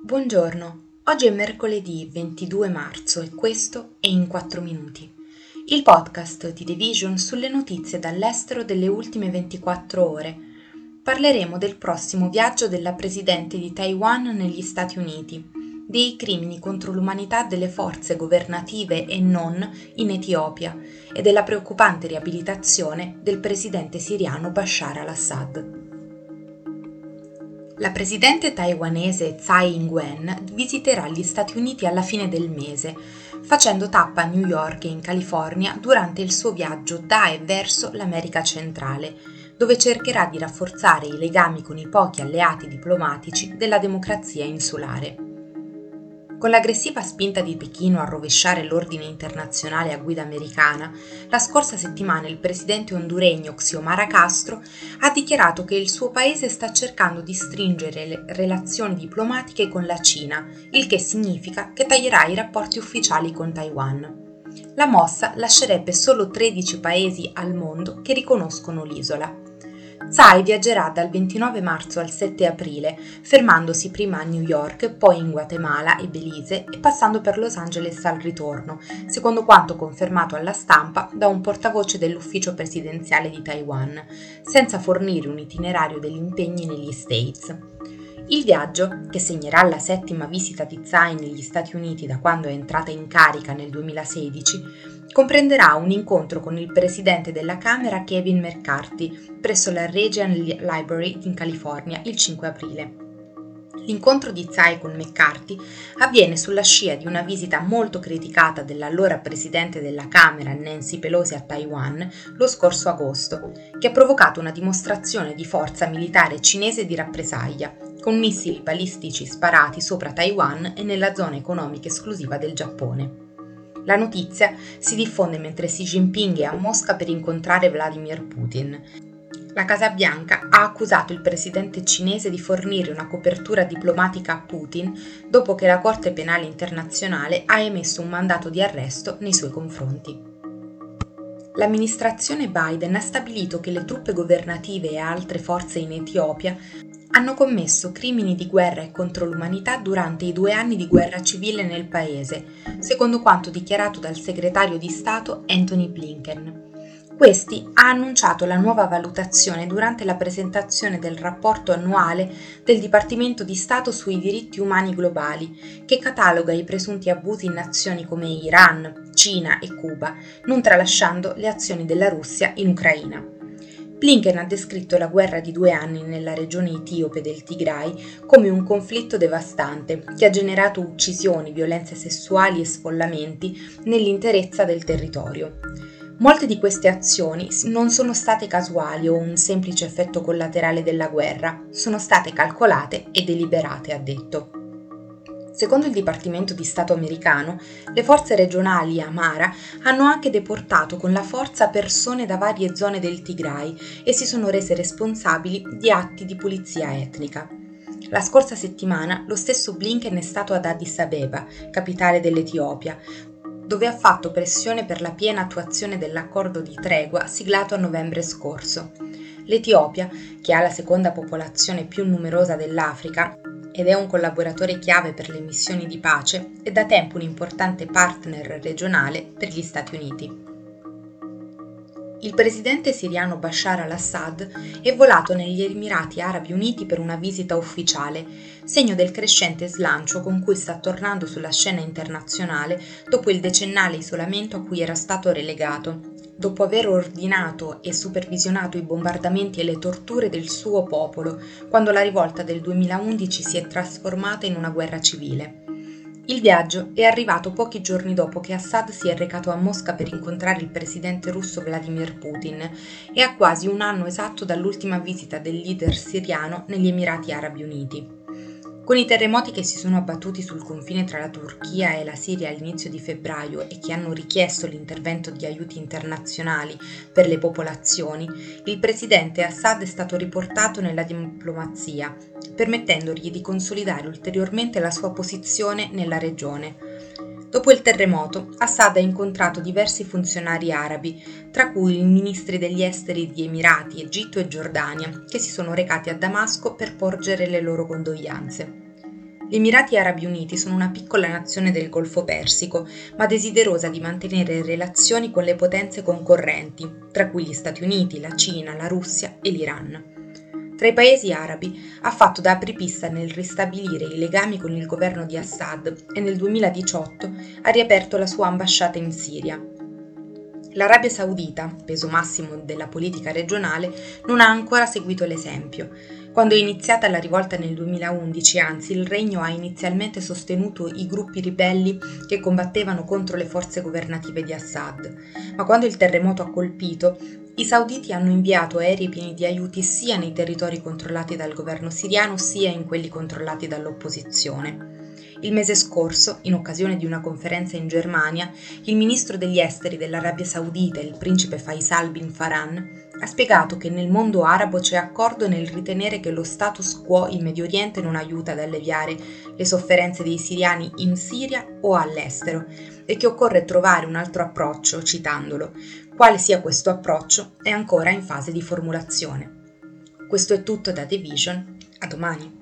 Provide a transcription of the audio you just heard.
Buongiorno, oggi è mercoledì 22 marzo e questo è In 4 Minuti, il podcast di The Vision sulle notizie dall'estero delle ultime 24 ore. Parleremo del prossimo viaggio della presidente di Taiwan negli Stati Uniti, dei crimini contro l'umanità delle forze governative e non in Etiopia e della preoccupante riabilitazione del presidente siriano Bashar al-Assad. La presidente taiwanese Tsai Ing-wen visiterà gli Stati Uniti alla fine del mese, facendo tappa a New York e in California durante il suo viaggio da e verso l'America centrale, dove cercherà di rafforzare i legami con i pochi alleati diplomatici della democrazia insulare. Con l'aggressiva spinta di Pechino a rovesciare l'ordine internazionale a guida americana, la scorsa settimana il presidente honduregno Xiomara Castro ha dichiarato che il suo paese sta cercando di stringere le relazioni diplomatiche con la Cina, il che significa che taglierà i rapporti ufficiali con Taiwan. La mossa lascerebbe solo 13 paesi al mondo che riconoscono l'isola. Tsai viaggerà dal 29 marzo al 7 aprile, fermandosi prima a New York, poi in Guatemala e Belize e passando per Los Angeles al ritorno, secondo quanto confermato alla stampa da un portavoce dell'ufficio presidenziale di Taiwan, senza fornire un itinerario degli impegni negli States. Il viaggio, che segnerà la settima visita di Tsai negli Stati Uniti da quando è entrata in carica nel 2016, comprenderà un incontro con il presidente della Camera Kevin McCarthy presso la Regent Library in California il 5 aprile. L'incontro di Tsai con McCarthy avviene sulla scia di una visita molto criticata dell'allora presidente della Camera Nancy Pelosi a Taiwan lo scorso agosto, che ha provocato una dimostrazione di forza militare cinese di rappresaglia, con missili balistici sparati sopra Taiwan e nella zona economica esclusiva del Giappone. La notizia si diffonde mentre Xi Jinping è a Mosca per incontrare Vladimir Putin. La Casa Bianca ha accusato il presidente cinese di fornire una copertura diplomatica a Putin dopo che la Corte Penale Internazionale ha emesso un mandato di arresto nei suoi confronti. L'amministrazione Biden ha stabilito che le truppe governative e altre forze in Etiopia hanno commesso crimini di guerra e contro l'umanità durante i 2 anni di guerra civile nel paese, secondo quanto dichiarato dal segretario di Stato Anthony Blinken. Questi ha annunciato la nuova valutazione durante la presentazione del rapporto annuale del Dipartimento di Stato sui diritti umani globali, che cataloga i presunti abusi in nazioni come Iran, Cina e Cuba, non tralasciando le azioni della Russia in Ucraina. Blinken ha descritto la guerra di 2 anni nella regione etiope del Tigray come un conflitto devastante che ha generato uccisioni, violenze sessuali e sfollamenti nell'interezza del territorio. Molte di queste azioni non sono state casuali o un semplice effetto collaterale della guerra, sono state calcolate e deliberate, ha detto. Secondo il Dipartimento di Stato americano, le forze regionali Amhara hanno anche deportato con la forza persone da varie zone del Tigray e si sono rese responsabili di atti di pulizia etnica. La scorsa settimana lo stesso Blinken è stato ad Addis Abeba, capitale dell'Etiopia, dove ha fatto pressione per la piena attuazione dell'accordo di tregua siglato a novembre scorso. L'Etiopia, che ha la seconda popolazione più numerosa dell'Africa ed è un collaboratore chiave per le missioni di pace, è da tempo un importante partner regionale per gli Stati Uniti. Il presidente siriano Bashar al-Assad è volato negli Emirati Arabi Uniti per una visita ufficiale, segno del crescente slancio con cui sta tornando sulla scena internazionale dopo il decennale isolamento a cui era stato relegato, dopo aver ordinato e supervisionato i bombardamenti e le torture del suo popolo, quando la rivolta del 2011 si è trasformata in una guerra civile. Il viaggio è arrivato pochi giorni dopo che Assad si è recato a Mosca per incontrare il presidente russo Vladimir Putin e a quasi un anno esatto dall'ultima visita del leader siriano negli Emirati Arabi Uniti. Con i terremoti che si sono abbattuti sul confine tra la Turchia e la Siria all'inizio di febbraio e che hanno richiesto l'intervento di aiuti internazionali per le popolazioni, il presidente Assad è stato riportato nella diplomazia, permettendogli di consolidare ulteriormente la sua posizione nella regione. Dopo il terremoto, Assad ha incontrato diversi funzionari arabi, tra cui i ministri degli esteri di Emirati, Egitto e Giordania, che si sono recati a Damasco per porgere le loro condoglianze. Gli Emirati Arabi Uniti sono una piccola nazione del Golfo Persico, ma desiderosa di mantenere relazioni con le potenze concorrenti, tra cui gli Stati Uniti, la Cina, la Russia e l'Iran. Tra i paesi arabi ha fatto da apripista nel ristabilire i legami con il governo di Assad e nel 2018 ha riaperto la sua ambasciata in Siria. L'Arabia Saudita, peso massimo della politica regionale, non ha ancora seguito l'esempio. Quando è iniziata la rivolta nel 2011, anzi, il regno ha inizialmente sostenuto i gruppi ribelli che combattevano contro le forze governative di Assad, ma quando il terremoto ha colpito, i sauditi hanno inviato aerei pieni di aiuti sia nei territori controllati dal governo siriano sia in quelli controllati dall'opposizione. Il mese scorso, in occasione di una conferenza in Germania, il ministro degli esteri dell'Arabia Saudita, il principe Faisal bin Farhan, ha spiegato che nel mondo arabo c'è accordo nel ritenere che lo status quo in Medio Oriente non aiuta ad alleviare le sofferenze dei siriani in Siria o all'estero e che occorre trovare un altro approccio, citandolo. Quale sia questo approccio è ancora in fase di formulazione. Questo è tutto da The Vision, a domani.